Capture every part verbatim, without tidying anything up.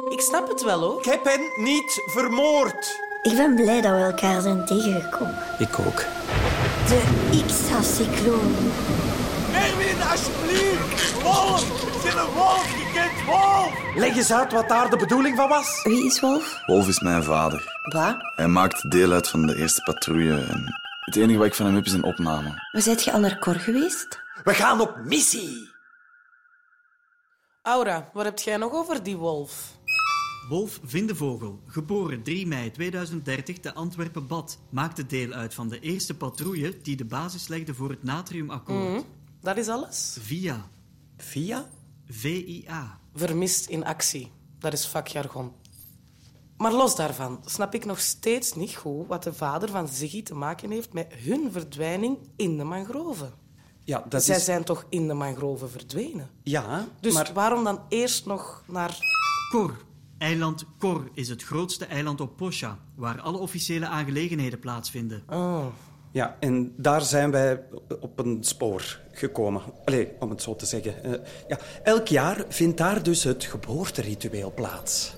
Ik snap het wel, hoor. Ik heb hen niet vermoord. Ik ben blij dat we elkaar zijn tegengekomen. Ik ook. De X-cycloon. Erwin, alsjeblieft. Wolf. Ik ben een wolf. Je kent Wolf. Leg eens uit wat daar de bedoeling van was. Wie is Wolf? Wolf is mijn vader. Wat? Hij maakt deel uit van de eerste patrouille. En het enige wat ik van hem heb is een opname. Maar zijt je al naar Cor geweest? We gaan op missie. Aura, wat heb jij nog over die wolf? Wolf Vindevogel, geboren drie mei tweeduizend dertig te Antwerpen-Bad, maakte deel uit van de eerste patrouille die de basis legde voor het natriumakkoord. Mm, dat is alles? Via. Via? V I A. Vermist in actie. Dat is vakjargon. Maar los daarvan snap ik nog steeds niet goed wat de vader van Ziggy te maken heeft met hun verdwijning in de mangroven. Ja, dat Zij is... zijn toch in de mangroven verdwenen? Ja, Dus maar... waarom dan eerst nog naar... Cor. Eiland Cor is het grootste eiland op Poscha, waar alle officiële aangelegenheden plaatsvinden. Oh. Ja, en daar zijn wij op een spoor gekomen. Allee, om het zo te zeggen. Uh, ja, elk jaar vindt daar dus het geboorteritueel plaats.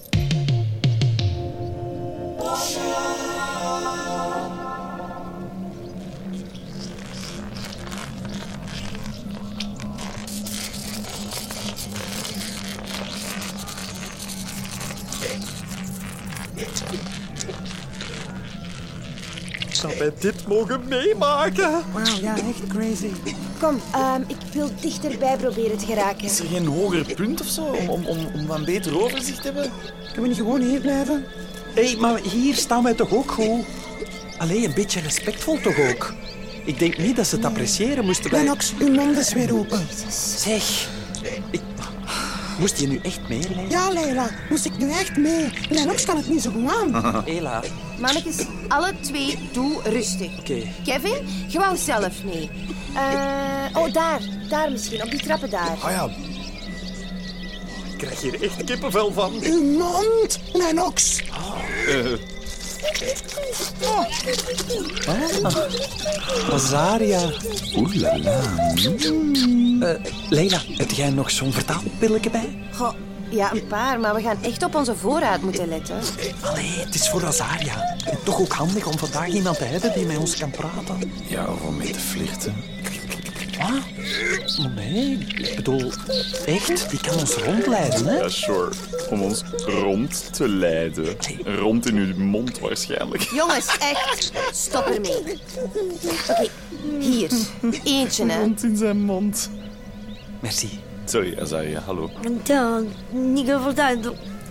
Zou wij dit mogen meemaken? Wauw, ja, echt crazy. Kom, um, ik wil dichterbij proberen te geraken. Is er geen hoger punt of zo om, om, om, om een beter overzicht te hebben? Kunnen we niet gewoon hier blijven? Hé, hey, maar hier staan wij toch ook goed? Allee, een beetje respectvol toch ook? Ik denk niet dat ze het appreciëren moesten wij... Lennox, uw mond is weer open. Zeg, ik... Moest je nu echt mee, Leila? Ja, Leila, moest ik nu echt mee? Lennox kan het niet zo goed aan. Ela. Mannetjes, alle twee, doe rustig. Oké. Okay. Kevin, je wou zelf mee. Uh, oh, daar. Daar misschien, op die trappen daar. Ah ja. Ik krijg hier echt kippenvel van. Uw mond, Lennox. Oh. Uh. Oh. Ah. Azaria. Oeh la la. Mm. Uh, Leila, heb jij nog zo'n vertaalpilletje bij? Goh, ja, een paar, maar we gaan echt op onze voorraad moeten letten. Allee, het is voor Azaria. En toch ook handig om vandaag iemand te hebben die met ons kan praten. Ja, of om mee te flirten. Wat? Maar nee, ik bedoel, echt, die kan ons rondleiden, hè? Ja, sure. Om ons rond te leiden. Rond in uw mond waarschijnlijk. Jongens, echt, stop ermee. Oké, okay, hier, eentje, hè. Rond in zijn mond. Merci. Sorry, Azaria, hallo. Dan, niet overduid.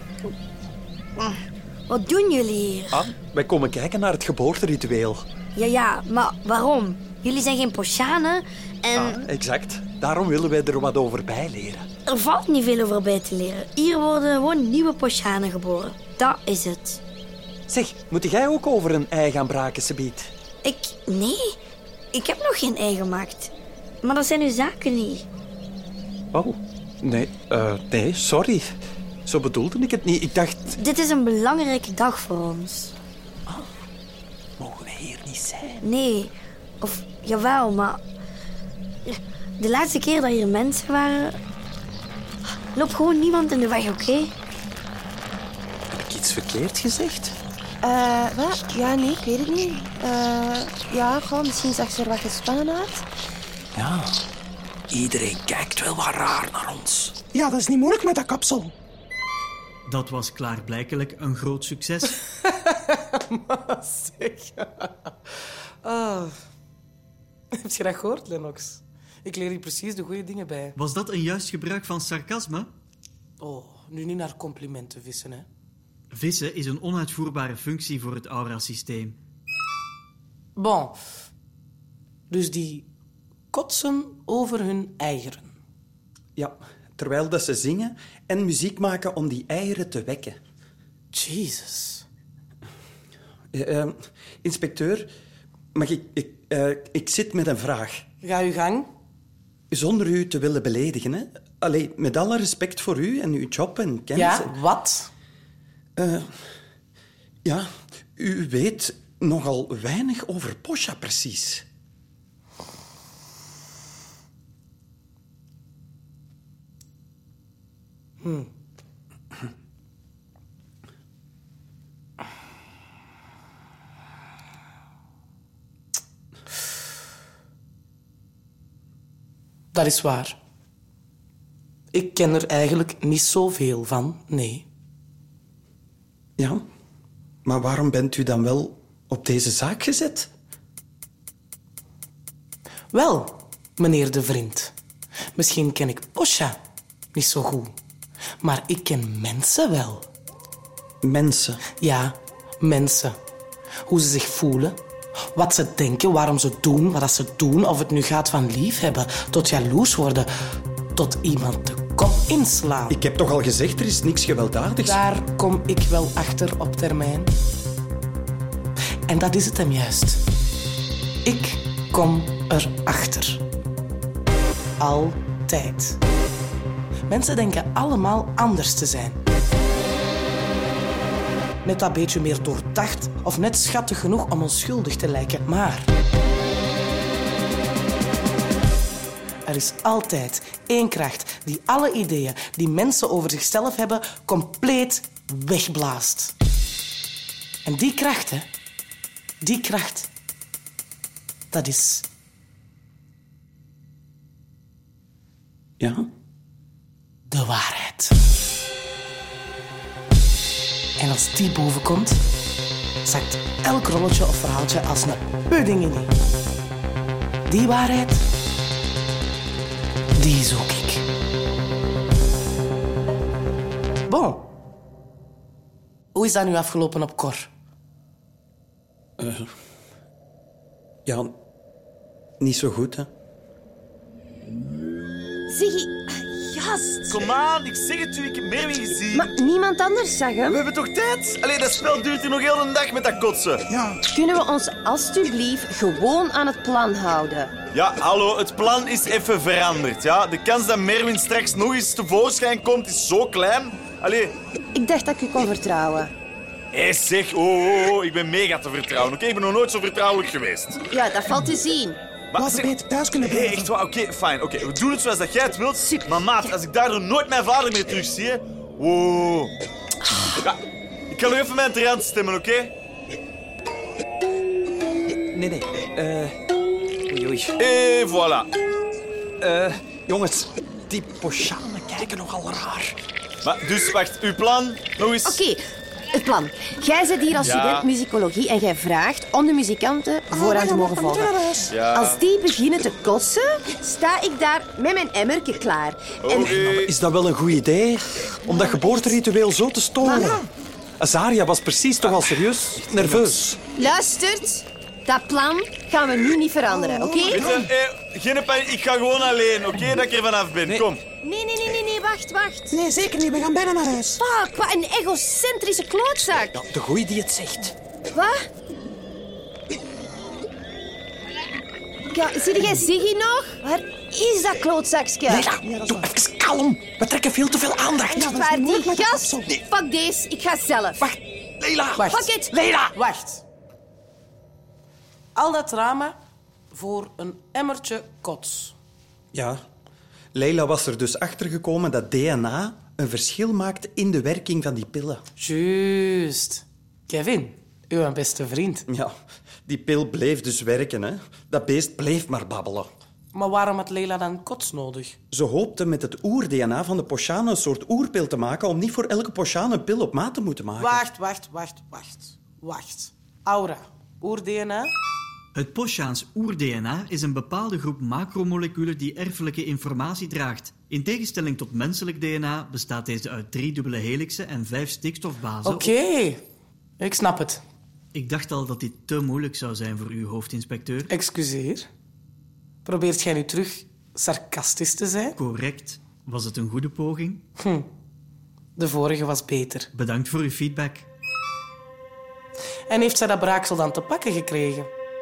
Wat doen jullie hier? Ah, wij komen kijken naar het geboorteritueel. Ja, ja, maar waarom? Jullie zijn geen Poschanen en... Ah, exact. Daarom willen wij er wat over bijleren. Er valt niet veel over bij te leren. Hier worden gewoon nieuwe Poschanen geboren. Dat is het. Zeg, moet jij ook over een ei gaan braken, Sabiet? Ik... Nee. Ik heb nog geen ei gemaakt. Maar dat zijn uw zaken niet. Oh, nee. Uh, nee, sorry. Zo bedoelde ik het niet. Ik dacht... Dit is een belangrijke dag voor ons. Oh, mogen wij hier niet zijn? Nee. Of, jawel, maar... De laatste keer dat hier mensen waren... Loop gewoon niemand in de weg, oké? Okay? Heb ik iets verkeerd gezegd? Eh, uh, wat? Ja, nee, ik weet het niet. Uh, ja, gewoon, misschien zag ze er wat gespannen uit. Ja, iedereen kijkt wel wat raar naar ons. Ja, dat is niet moeilijk met dat kapsel. Dat was klaarblijkelijk een groot succes. Maar zeg... Oh. Heb je dat gehoord, Lennox? Ik leer hier precies de goede dingen bij. Was dat een juist gebruik van sarcasme? Oh, nu niet naar complimenten vissen, hè. Vissen is een onuitvoerbare functie voor het aura-systeem. Bon. Dus die kotsen over hun eieren. Ja, terwijl dat ze zingen en muziek maken om die eieren te wekken. Jezus. Uh, uh, inspecteur, mag ik... Ik, uh, ik zit met een vraag. Ga uw gang. Zonder u te willen beledigen, hè. Allee, met alle respect voor u en uw job en kennis... Ja, wat? Uh, ja, u weet nogal weinig over Poscha precies. Hm. Dat is waar. Ik ken er eigenlijk niet zoveel van, nee. Ja, maar waarom bent u dan wel op deze zaak gezet? Wel, meneer de vriend. Misschien ken ik Posja niet zo goed. Maar ik ken mensen wel. Mensen. Ja, mensen. Hoe ze zich voelen. Wat ze denken, waarom ze doen wat ze doen. Of het nu gaat van liefhebben tot jaloers worden. Tot iemand de kop inslaan. Ik heb toch al gezegd, er is niks gewelddadigs. Daar kom ik wel achter op termijn. En dat is het hem juist. Ik kom erachter. Altijd. Mensen denken allemaal anders te zijn. Net dat beetje meer doordacht of net schattig genoeg om onschuldig te lijken. Maar er is altijd één kracht die alle ideeën die mensen over zichzelf hebben compleet wegblaast. En die kracht, hè, die kracht, dat is... Ja? de waarheid. En als die bovenkomt, zakt elk rolletje of verhaaltje als een pudding in. Die waarheid, die zoek ik. Bon. Hoe is dat nu afgelopen op Cor? Uh, ja, niet zo goed, hè. Ziggy, gast. Kom aan, ik zeg het u, ik heb Merwin gezien. Maar niemand anders zag hem. We hebben toch tijd? Allee, dat spel duurt hier nog heel een dag met dat kotsen. Ja. Kunnen we ons alstublieft gewoon aan het plan houden? Ja, hallo, het plan is even veranderd. Ja? De kans dat Merwin straks nog eens tevoorschijn komt is zo klein. Allee. Ik dacht dat ik u kon vertrouwen. Hé, hey, zeg, oh, oh, oh, ik ben mega te vertrouwen. Oké, okay? Ik ben nog nooit zo vertrouwelijk geweest. Ja, dat valt te zien. Maar Laten we beter thuis kunnen Hé, blijven. hey, echt waar, oké, okay, fijn. Oké, okay, we doen het zoals dat jij het wilt. Super. Maar maat, als ik daardoor nooit mijn vader meer terugzie, hè. Wow. Ja, ik ga nog even mijn terrein stemmen, oké? Okay? Nee, nee. Uh, oei, oei. Et voilà. Uh, jongens, die Posjanen kijken nogal raar. Maar, dus, wacht, uw plan? Nog eens... Oké, okay, het plan. Jij zit hier als Ja. student muzikologie en jij vraagt om de muzikanten vooraan te mogen volgen. Ja. Als die beginnen te kotsen, sta ik daar met mijn emmerke klaar. En Oké. Is dat wel een goed idee? Om dat geboorteritueel zo te storen? Mama. Azaria was precies toch al serieus nerveus. luistert, dat plan gaan we nu niet veranderen, oké? Weet je, hey, geen pijn, ik ga gewoon alleen, oké? Okay? Dat ik er vanaf ben. Nee. Kom. Nee, nee, nee, nee, nee, wacht, wacht. Nee, zeker niet. We gaan bijna naar huis. Fuck, wat een egocentrische klootzak. Ja, de goeie die het zegt. Wat? Ja, zie jij Ziggy nog? Waar is dat klootzakje? Leila, doe even kalm. We trekken veel te veel aandacht. Ja, dat is Waar die moeilijk met gast? dat. Fuck deze, ik ga zelf. Wacht, Leila. Wacht. Fuck it. Leila. Wacht. Al dat drama voor een emmertje kots. Ja, Leila was er dus achter gekomen dat D N A een verschil maakt in de werking van die pillen. Juist. Kevin, uw beste vriend. Ja, die pil bleef dus werken, hè. Dat beest bleef maar babbelen. Maar waarom had Leila dan kots nodig? Ze hoopte met het oer-D N A van de Posjanen een soort oerpil te maken om niet voor elke Posjaan een pil op maat te moeten maken. Wacht, wacht, wacht, wacht. Wacht. Aura, oer-D N A? Het Posjaans oer-D N A is een bepaalde groep macromoleculen die erfelijke informatie draagt. In tegenstelling tot menselijk D N A bestaat deze uit drie dubbele helixen en vijf stikstofbazen. Oké, ik snap het. Ik dacht al dat dit te moeilijk zou zijn voor u, hoofdinspecteur. Excuseer. Probeert jij nu terug sarcastisch te zijn? Correct. Was het een goede poging? Hm. De vorige was beter. Bedankt voor uw feedback. En heeft zij dat braaksel dan te pakken gekregen?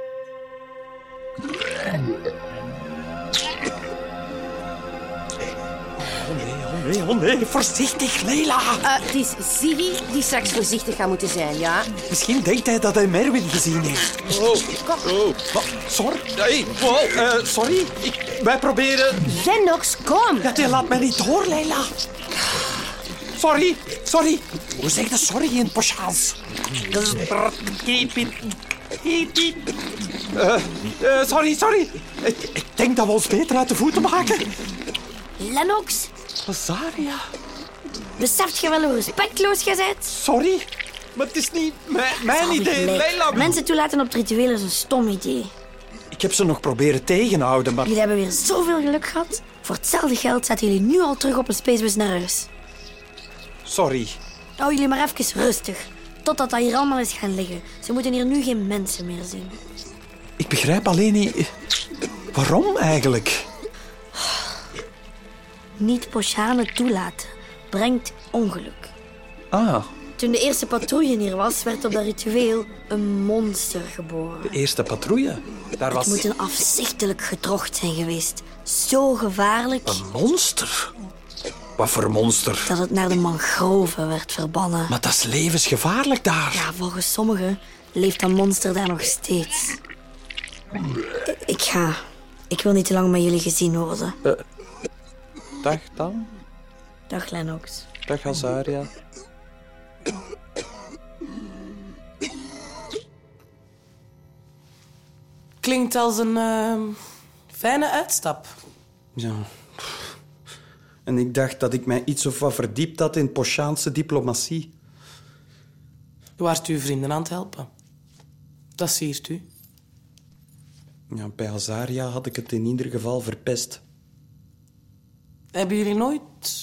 Nee, oh nee, voorzichtig, Leila. Uh, het is Ziggy die straks voorzichtig gaat moeten zijn, ja? Misschien denkt hij dat hij Merwin gezien heeft. Oh, oh. Wat? Sorry? Hey, wow, uh, sorry. Ik, wij proberen... Lennox, kom! Ja, die laat mij niet door, Leila. Sorry, sorry. Hoe zeg je sorry in het Posjaans? Uh, uh, sorry, sorry. Ik, ik denk dat we ons beter uit de voeten maken. Lennox, Azaria. beseft je wel hoe respectloos je bent? Sorry, maar het is niet mijn, mijn Zal ik idee. gelijk. Leila. Mensen toelaten op het ritueel is een stom idee. Ik heb ze nog proberen tegenhouden, maar... Jullie hebben weer zoveel geluk gehad. Voor hetzelfde geld zetten jullie nu al terug op een spacebus naar huis. Sorry. Hou jullie maar even rustig. Totdat dat hier allemaal is gaan liggen. Ze moeten hier nu geen mensen meer zien. Ik begrijp alleen niet... Waarom eigenlijk? Niet Pochane toelaten brengt ongeluk. Ah, Toen de eerste patrouille hier was, werd op dat ritueel een monster geboren. de eerste patrouille. Daar was... Het moet een afzichtelijk gedrocht zijn geweest. Zo gevaarlijk Een monster? Wat voor monster? dat het naar de mangroven werd verbannen. Maar dat is levensgevaarlijk daar. Ja, volgens sommigen leeft dat monster daar nog steeds. Ik ga. Ik wil niet te lang met jullie gezien worden. Dag dan. Dag Lennox. Dag Azaria. Klinkt als een uh, fijne uitstap. Ja. En ik dacht dat ik mij iets of wat verdiept had in Pochaanse diplomatie. U waart uw vrienden aan het helpen. Dat siert u. Ja, bij Azaria had ik het in ieder geval verpest. Hebben jullie nooit...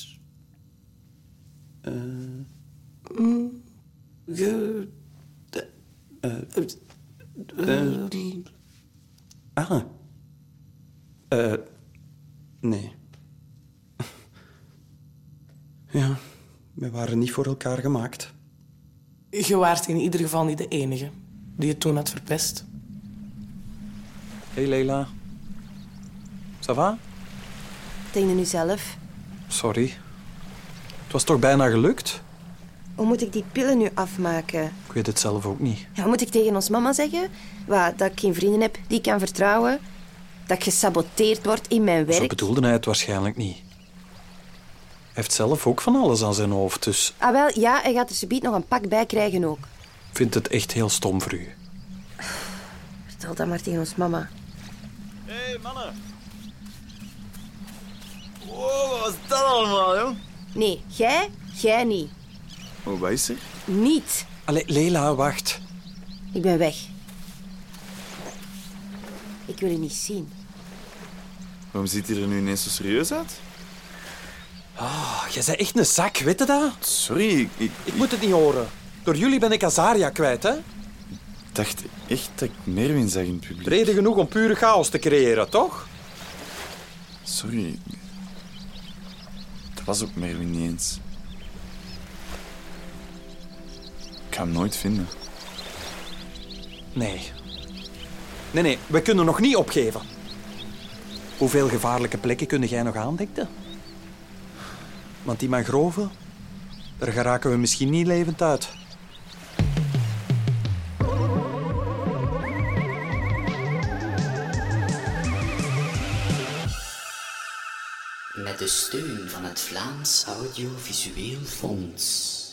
Uh, mm, ge... de- uh, ah. Uh, nee. Ja, we waren niet voor elkaar gemaakt. Je waart in ieder geval niet de enige die het toen had verpest. Hey Leila. Ça va? Denk je nu zelf? Sorry. Het was toch bijna gelukt? Hoe moet ik die pillen nu afmaken? Ik weet het zelf ook niet. Ja, moet ik tegen ons mama zeggen? Wat, dat ik geen vrienden heb die ik kan vertrouwen? Dat ik gesaboteerd word in mijn werk? Zo bedoelde hij het waarschijnlijk niet. Hij heeft zelf ook van alles aan zijn hoofd, dus... Ah, wel, ja, hij gaat er subiet nog een pak bij krijgen ook. Ik vind het echt heel stom voor u. Vertel dat maar tegen ons mama. Hé, hey, mannen. Wow, wat was dat allemaal, joh? Nee, jij, jij niet. Oh, wat is er? Niet. Allee, Leila, wacht. Ik ben weg. Ik wil je niet zien. Waarom ziet hij er nu ineens zo serieus uit? Oh, jij bent echt een zak, weet je dat? Sorry, ik, ik, Ik moet het niet horen. Door jullie ben ik Azaria kwijt, hè? dacht echt dat ik Merwin zag in het publiek. Reden genoeg om pure chaos te creëren, toch? Sorry. Dat was ook Merwin niet eens. Ik ga hem nooit vinden. Nee. Nee, nee, we kunnen nog niet opgeven. Hoeveel gevaarlijke plekken kun jij nog aandekken? Want die mangroven, daar geraken we misschien niet levend uit. Met de steun van het Vlaams Audiovisueel Fonds.